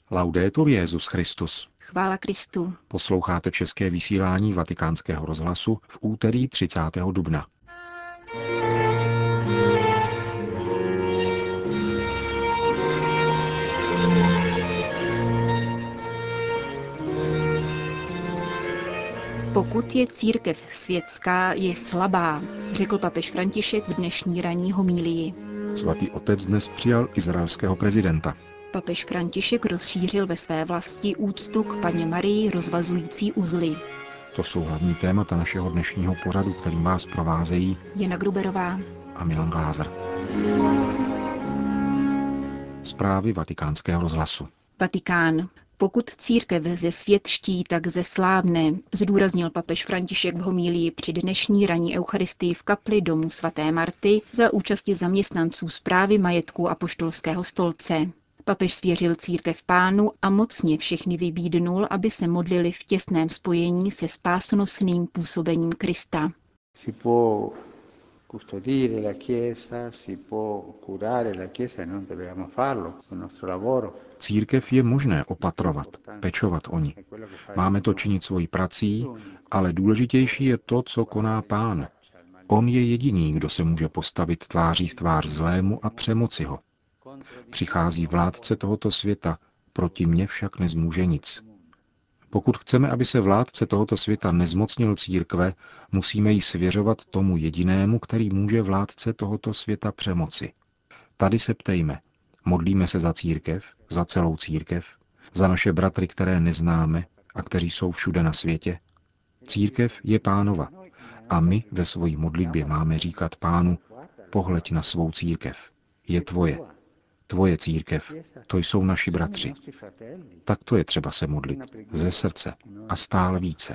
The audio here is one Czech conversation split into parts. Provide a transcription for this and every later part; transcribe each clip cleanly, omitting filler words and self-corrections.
Laudetur Jesus Christus. Chvála Kristu. Posloucháte české vysílání Vatikánského rozhlasu v úterý 30. dubna. Pokud je církev světská, je slabá, řekl papež František v dnešní ranní homílii. Svatý otec dnes přijal izraelského prezidenta. Papež František rozšířil ve své vlasti úctu k Panně Marii rozvazující uzly. To jsou hlavní témata našeho dnešního pořadu, kterým vás provázejí Jana Gruberová a Milan Glázer. Zprávy Vatikánského rozhlasu. Vatikán. Pokud církev zesvětští, tak zeslábne, zdůraznil papež František v homílii při dnešní ranní eucharistii v kapli domu svaté Marty za účasti zaměstnanců správy majetku apoštolského stolce. Papež svěřil církev Pánu a mocně všechny vybídnul, aby se modlili v těsném spojení se spásonosným působením Krista. Custodire la Chiesa, si può curare la Chiesa e non dobbiamo farlo, il nostro lavoro. Církev je možné opatrovat, pečovat o ní. Máme to činit svojí prací, ale důležitější je to, co koná Pán. On je jediný, kdo se může postavit tváří v tvář zlému a přemoci ho. Přichází vládce tohoto světa, proti mně však nezmůže nic. Pokud chceme, aby se vládce tohoto světa nezmocnil církve, musíme ji svěřovat tomu jedinému, který může vládce tohoto světa přemoci. Tady se ptejme, modlíme se za církev, za celou církev, za naše bratry, které neznáme a kteří jsou všude na světě. Církev je Pánova a my ve svojí modlitbě máme říkat Pánu, pohleď na svou církev, je tvoje. Tvoje církev, to jsou naši bratři. Tak to je třeba se modlit, ze srdce a stále více.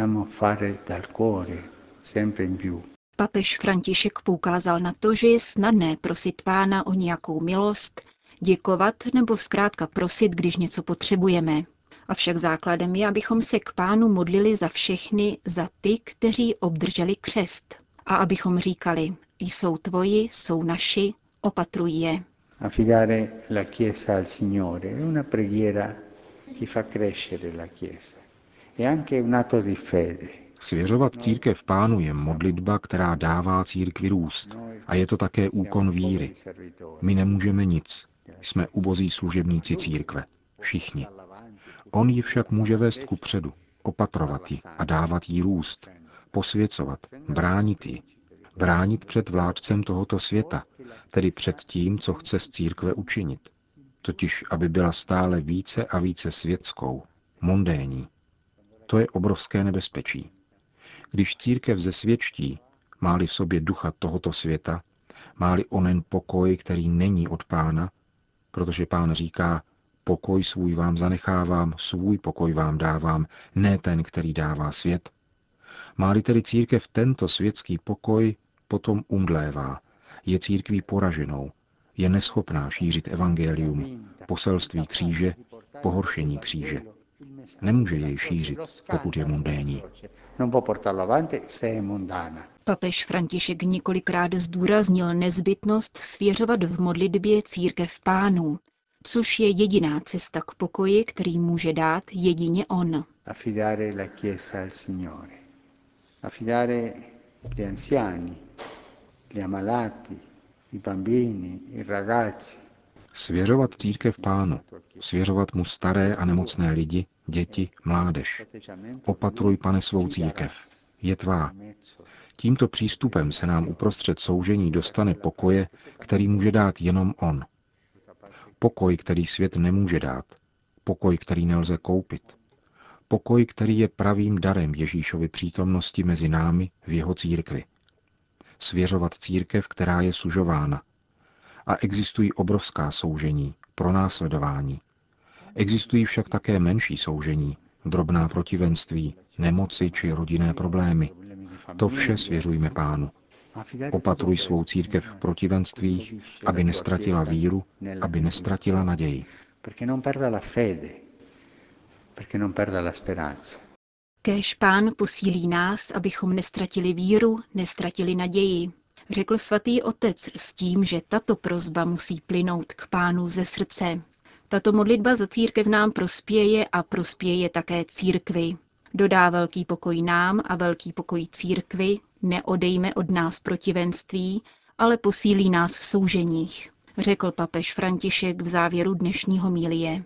Papež František poukázal na to, že je snadné prosit Pána o nějakou milost, děkovat nebo zkrátka prosit, když něco potřebujeme. Avšak základem je, abychom se k Pánu modlili za všechny, za ty, kteří obdrželi křest. A abychom říkali, jsou tvoji, jsou naši, opatruj je. Affidare la Chiesa al Signore è una preghiera che fa crescere la Chiesa. È anche un atto di fede. Svěřovat církev Pánu je modlitba, která dává církvi růst. A je to také úkon víry. My nemůžeme nic. Jsme ubozí služebníci církve. Všichni. On ji však může vést kupředu, opatrovat ji a dávat jí růst, posvěcovat, bránit ji. Bránit před vládcem tohoto světa, tedy před tím, co chce z církve učinit. Totiž, aby byla stále více a více světskou, mondénní. To je obrovské nebezpečí. Když církev zesvědčí, má-li v sobě ducha tohoto světa, má-li onen pokoj, který není od Pána, protože Pán říká, pokoj svůj vám zanechávám, svůj pokoj vám dávám, ne ten, který dává svět. Má-li tedy církev tento světský pokoj, potom umdlévá, je církví poraženou, je neschopná šířit evangelium, poselství kříže, pohoršení kříže. Nemůže jej šířit, pokud je mundénní. Papež František několikrát zdůraznil nezbytnost svěřovat v modlitbě církev Pánu, což je jediná cesta k pokoji, který může dát jedině on. Affidare la Chiesa al Signore. Affidare gli anziani, gli ammalati, i bambini, i ragazzi. Svěřovat církev Pánu, svěřovat mu staré a nemocné lidi, děti, mládež. Opatruj, Pane, svou církev. Je tvá. Tímto přístupem se nám uprostřed soužení dostane pokoje, který může dát jenom on. Pokoj, který svět nemůže dát. Pokoj, který nelze koupit. Pokoj, který je pravým darem Ježíšovy přítomnosti mezi námi v jeho církvi. Svěřovat církev, která je sužována. A existují obrovská soužení, pronásledování. Existují však také menší soužení, drobná protivenství, nemoci či rodinné problémy. To vše svěřujme Pánu. Opatruj svou církev v protivenstvích, aby nestratila víru, aby nestratila naději. Kéž Pán posílí nás, abychom nestratili víru, nestratili naději, řekl svatý otec s tím, že tato prosba musí plynout k Pánu ze srdce. Tato modlitba za církev nám prospěje a prospěje také církvi. Dodá velký pokoj nám a velký pokoj církvi, neodejme od nás protivenství, ale posílí nás v souženích, řekl papež František v závěru dnešní homilie.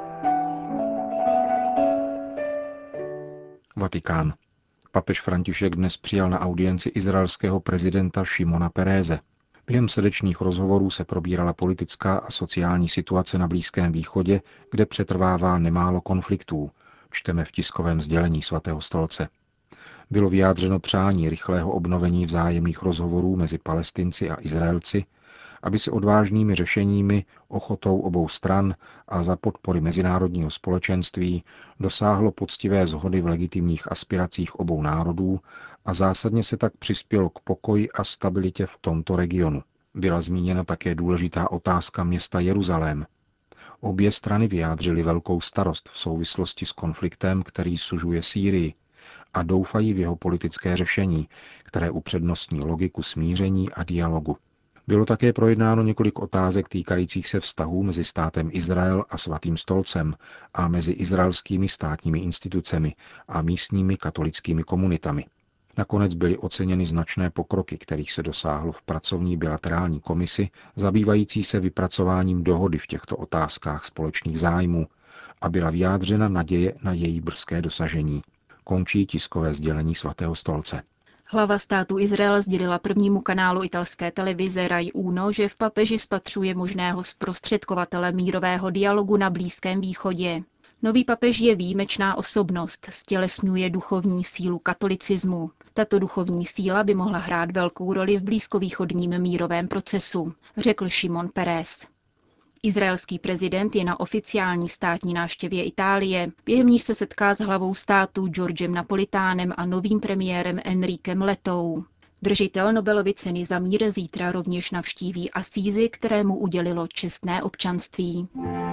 Vatikán. Papež František dnes přijal na audienci izraelského prezidenta Šimona Peréze. Během srdečných rozhovorů se probírala politická a sociální situace na Blízkém východě, kde přetrvává nemálo konfliktů, čteme v tiskovém sdělení Svatého stolce. Bylo vyjádřeno přání rychlého obnovení vzájemných rozhovorů mezi Palestinci a Izraelci, aby se odvážnými řešeními, ochotou obou stran a za podpory mezinárodního společenství dosáhlo poctivé shody v legitimních aspiracích obou národů a zásadně se tak přispělo k pokoji a stabilitě v tomto regionu. Byla zmíněna také důležitá otázka města Jeruzalém. Obě strany vyjádřily velkou starost v souvislosti s konfliktem, který sužuje Sýrii, a doufají v jeho politické řešení, které upřednostní logiku smíření a dialogu. Bylo také projednáno několik otázek týkajících se vztahů mezi státem Izrael a Svatým stolcem a mezi izraelskými státními institucemi a místními katolickými komunitami. Nakonec byly oceněny značné pokroky, kterých se dosáhlo v pracovní bilaterální komisi, zabývající se vypracováním dohody v těchto otázkách společných zájmů, a byla vyjádřena naděje na její brzké dosažení. Končí tiskové sdělení Svatého stolce. Hlava státu Izrael sdělila prvnímu kanálu italské televize Rai Uno, že v papeži spatřuje možného zprostředkovatele mírového dialogu na Blízkém východě. Nový papež je výjimečná osobnost, stělesňuje duchovní sílu katolicismu. Tato duchovní síla by mohla hrát velkou roli v blízkovýchodním mírovém procesu, řekl Šimon Peres. Izraelský prezident je na oficiální státní návštěvě Itálie, během níž se setká s hlavou státu Georgem Napolitánem a novým premiérem Enriquem Letou. Držitel Nobelovy ceny za mír zítra rovněž navštíví Asízi, kterému udělilo čestné občanství.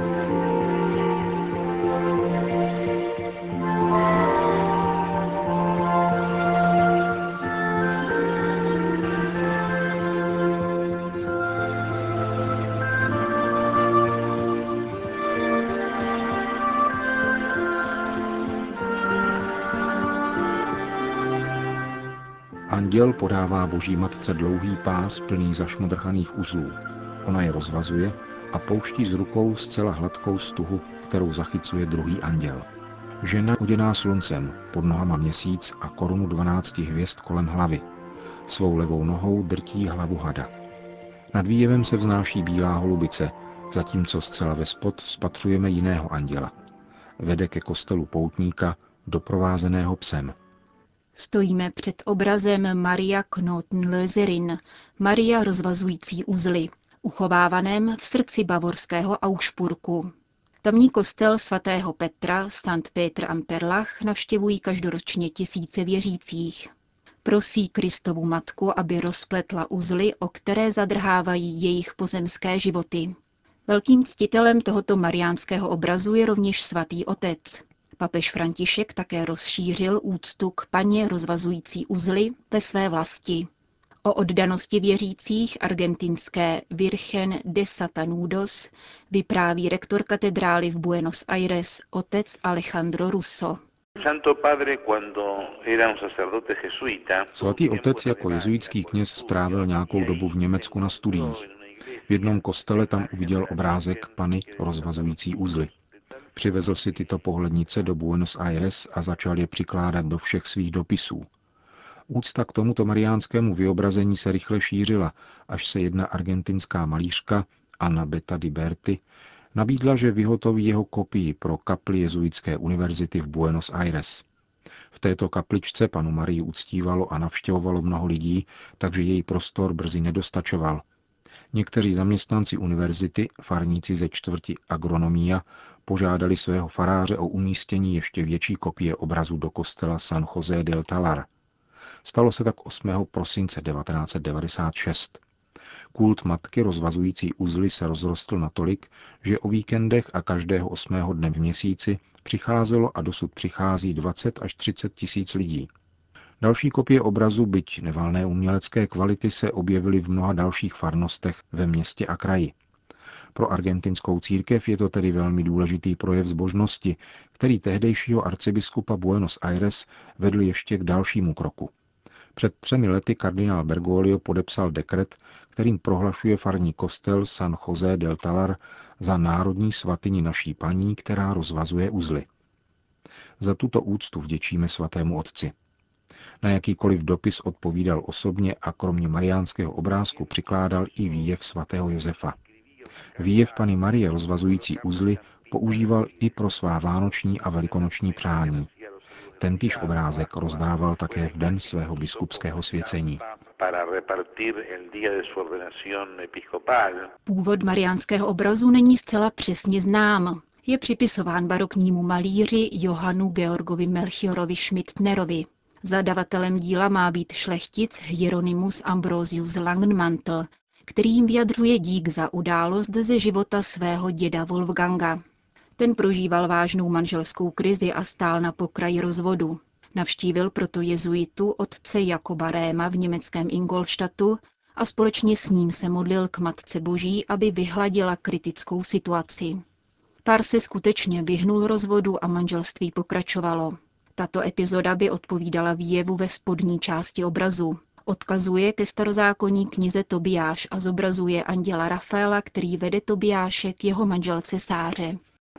Anděl podává Boží matce dlouhý pás plný zašmodrchaných uzlů. Ona je rozvazuje a pouští z rukou zcela hladkou stuhu, kterou zachycuje druhý anděl. Žena oděná sluncem, pod nohama měsíc a korunu 12 hvězd kolem hlavy. Svou levou nohou drtí hlavu hada. Nad výjevem se vznáší bílá holubice, zatímco zcela vespod spatřujeme jiného anděla. Vede ke kostelu poutníka, doprovázeného psem. Stojíme před obrazem Maria Knotenlöserin, Maria rozvazující uzly, uchovávaném v srdci bavorského Augsburgu. Tamní kostel svatého Petra, St. Peter am Perlach, navštěvují každoročně tisíce věřících. Prosí Kristovu matku, aby rozpletla uzly, o které zadrhávají jejich pozemské životy. Velkým ctitelem tohoto mariánského obrazu je rovněž svatý otec. Papež František také rozšířil úctu k paně rozvazující uzly ve své vlasti. O oddanosti věřících argentinské Virgen de Satanudos vypráví rektor katedrály v Buenos Aires otec Alejandro Russo. Svatý otec jako jezuitský kněz strávil nějakou dobu v Německu na studiích. V jednom kostele tam uviděl obrázek Panny rozvazující uzly. Přivezl si tyto pohlednice do Buenos Aires a začal je přikládat do všech svých dopisů. Úcta k tomuto mariánskému vyobrazení se rychle šířila, až se jedna argentinská malířka, Ana Beta di Berti, nabídla, že vyhotoví jeho kopii pro kapli jezuitské univerzity v Buenos Aires. V této kapličce panu Marii uctívalo a navštěvovalo mnoho lidí, takže její prostor brzy nedostačoval. Někteří zaměstnanci univerzity, farníci ze čtvrti Agronomia, požádali svého faráře o umístění ještě větší kopie obrazu do kostela San José del Talar. Stalo se tak 8. prosince 1996. Kult matky rozvazující uzly se rozrostl natolik, že o víkendech a každého 8. dne v měsíci přicházelo a dosud přichází 20 až 30 tisíc lidí. Další kopie obrazu, byť nevalné umělecké kvality, se objevily v mnoha dalších farnostech ve městě a kraji. Pro argentinskou církev je to tedy velmi důležitý projev zbožnosti, který tehdejšího arcibiskupa Buenos Aires vedl ještě k dalšímu kroku. Před 3 lety kardinál Bergoglio podepsal dekret, kterým prohlašuje farní kostel San José del Talar za národní svatyni naší Paní, která rozvazuje uzly. Za tuto úctu vděčíme svatému otci. Na jakýkoliv dopis odpovídal osobně a kromě mariánského obrázku přikládal i výjev svatého Josefa. Výjev Panny Marie rozvazující uzly používal i pro svá vánoční a velikonoční přání. Tentýž obrázek rozdával také v den svého biskupského svěcení. Původ mariánského obrazu není zcela přesně znám. Je připisován baroknímu malíři Johannu Georgovi Melchiorovi Schmidtnerovi. Zadavatelem díla má být šlechtic Hieronymus Ambrosius Langenmantel, který jim vyjadřuje dík za událost ze života svého děda Wolfganga. Ten prožíval vážnou manželskou krizi a stál na pokraji rozvodu. Navštívil proto jezuitu otce Jakoba Réma v německém Ingolstadtu a společně s ním se modlil k Matce Boží, aby vyhladila kritickou situaci. Pár se skutečně vyhnul rozvodu a manželství pokračovalo. Tato epizoda by odpovídala výjevu ve spodní části obrazu. Odkazuje ke starozákonní knize Tobiáš a zobrazuje anděla Rafaela, který vede Tobiáše k jeho manželce Sáře.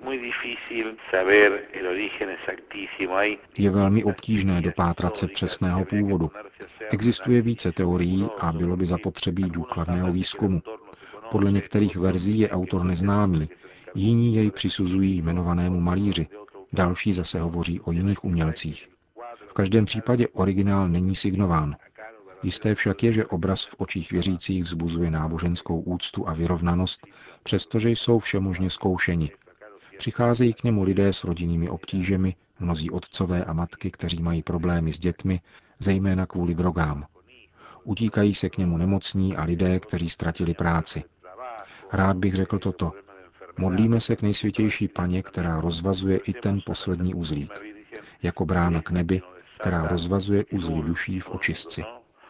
Je velmi obtížné dopátrat se přesného původu. Existuje více teorií a bylo by zapotřebí důkladného výzkumu. Podle některých verzí je autor neznámý, jiní jej přisuzují jmenovanému malíři, další zase hovoří o jiných umělcích. V každém případě originál není signován. Jisté však je, že obraz v očích věřících vzbuzuje náboženskou úctu a vyrovnanost, přestože jsou všemožně zkoušeni. Přicházejí k němu lidé s rodinnými obtížemi, mnozí otcové a matky, kteří mají problémy s dětmi, zejména kvůli drogám. Utíkají se k němu nemocní a lidé, kteří ztratili práci. Rád bych řekl toto. Modlíme se k nejsvětější Paně, která rozvazuje i ten poslední uzlík. Jako brána k nebi, která rozvazuje uzly duší v očistci.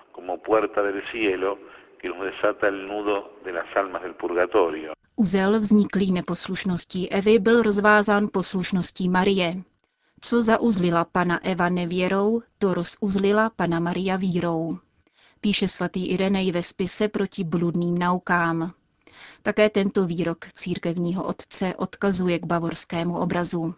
Uzel vzniklý neposlušností Evy byl rozvázán poslušností Marie. Co zauzlila Panna Eva nevěrou, to rozuzlila Panna Maria vírou. Píše svatý Irenej ve spise proti bludným naukám. Také tento výrok církevního otce odkazuje k bavorskému obrazu.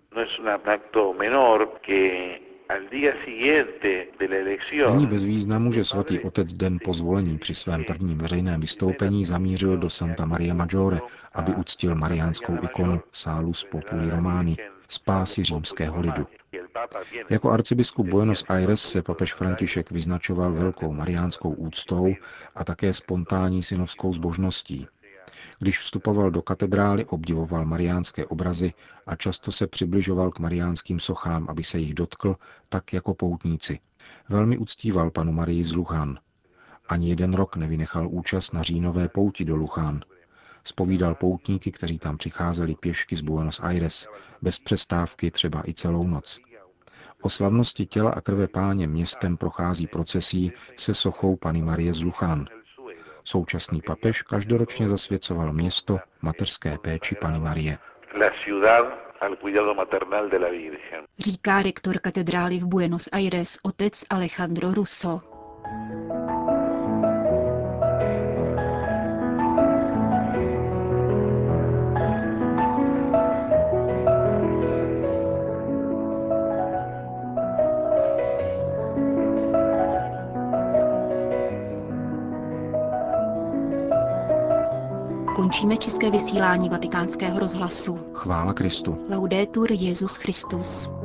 Není bez významu, že svatý otec den po zvolení při svém prvním veřejném vystoupení zamířil do Santa Maria Maggiore, aby uctil mariánskou ikonu Salus Populi Romani, spásy římského lidu. Jako arcibiskup Buenos Aires se papež František vyznačoval velkou mariánskou úctou a také spontánní synovskou zbožností. Když vstupoval do katedrály, obdivoval mariánské obrazy a často se přibližoval k mariánským sochám, aby se jich dotkl, tak jako poutníci. Velmi uctíval Pannu Marii z Luchán. Ani jeden rok nevynechal účast na říjnové pouti do Luchán. Zpovídal poutníky, kteří tam přicházeli pěšky z Buenos Aires, bez přestávky třeba i celou noc. O slavnosti těla a krve Páně městem prochází procesí se sochou Panny Marie z Luchán. Současný papež každoročně zasvěcoval město mateřské péči Panny Marie. Říká rektor katedrály v Buenos Aires otec Alejandro Russo. Končíme české vysílání Vatikánského rozhlasu. Chvála Kristu. Laudetur Jesus Christus.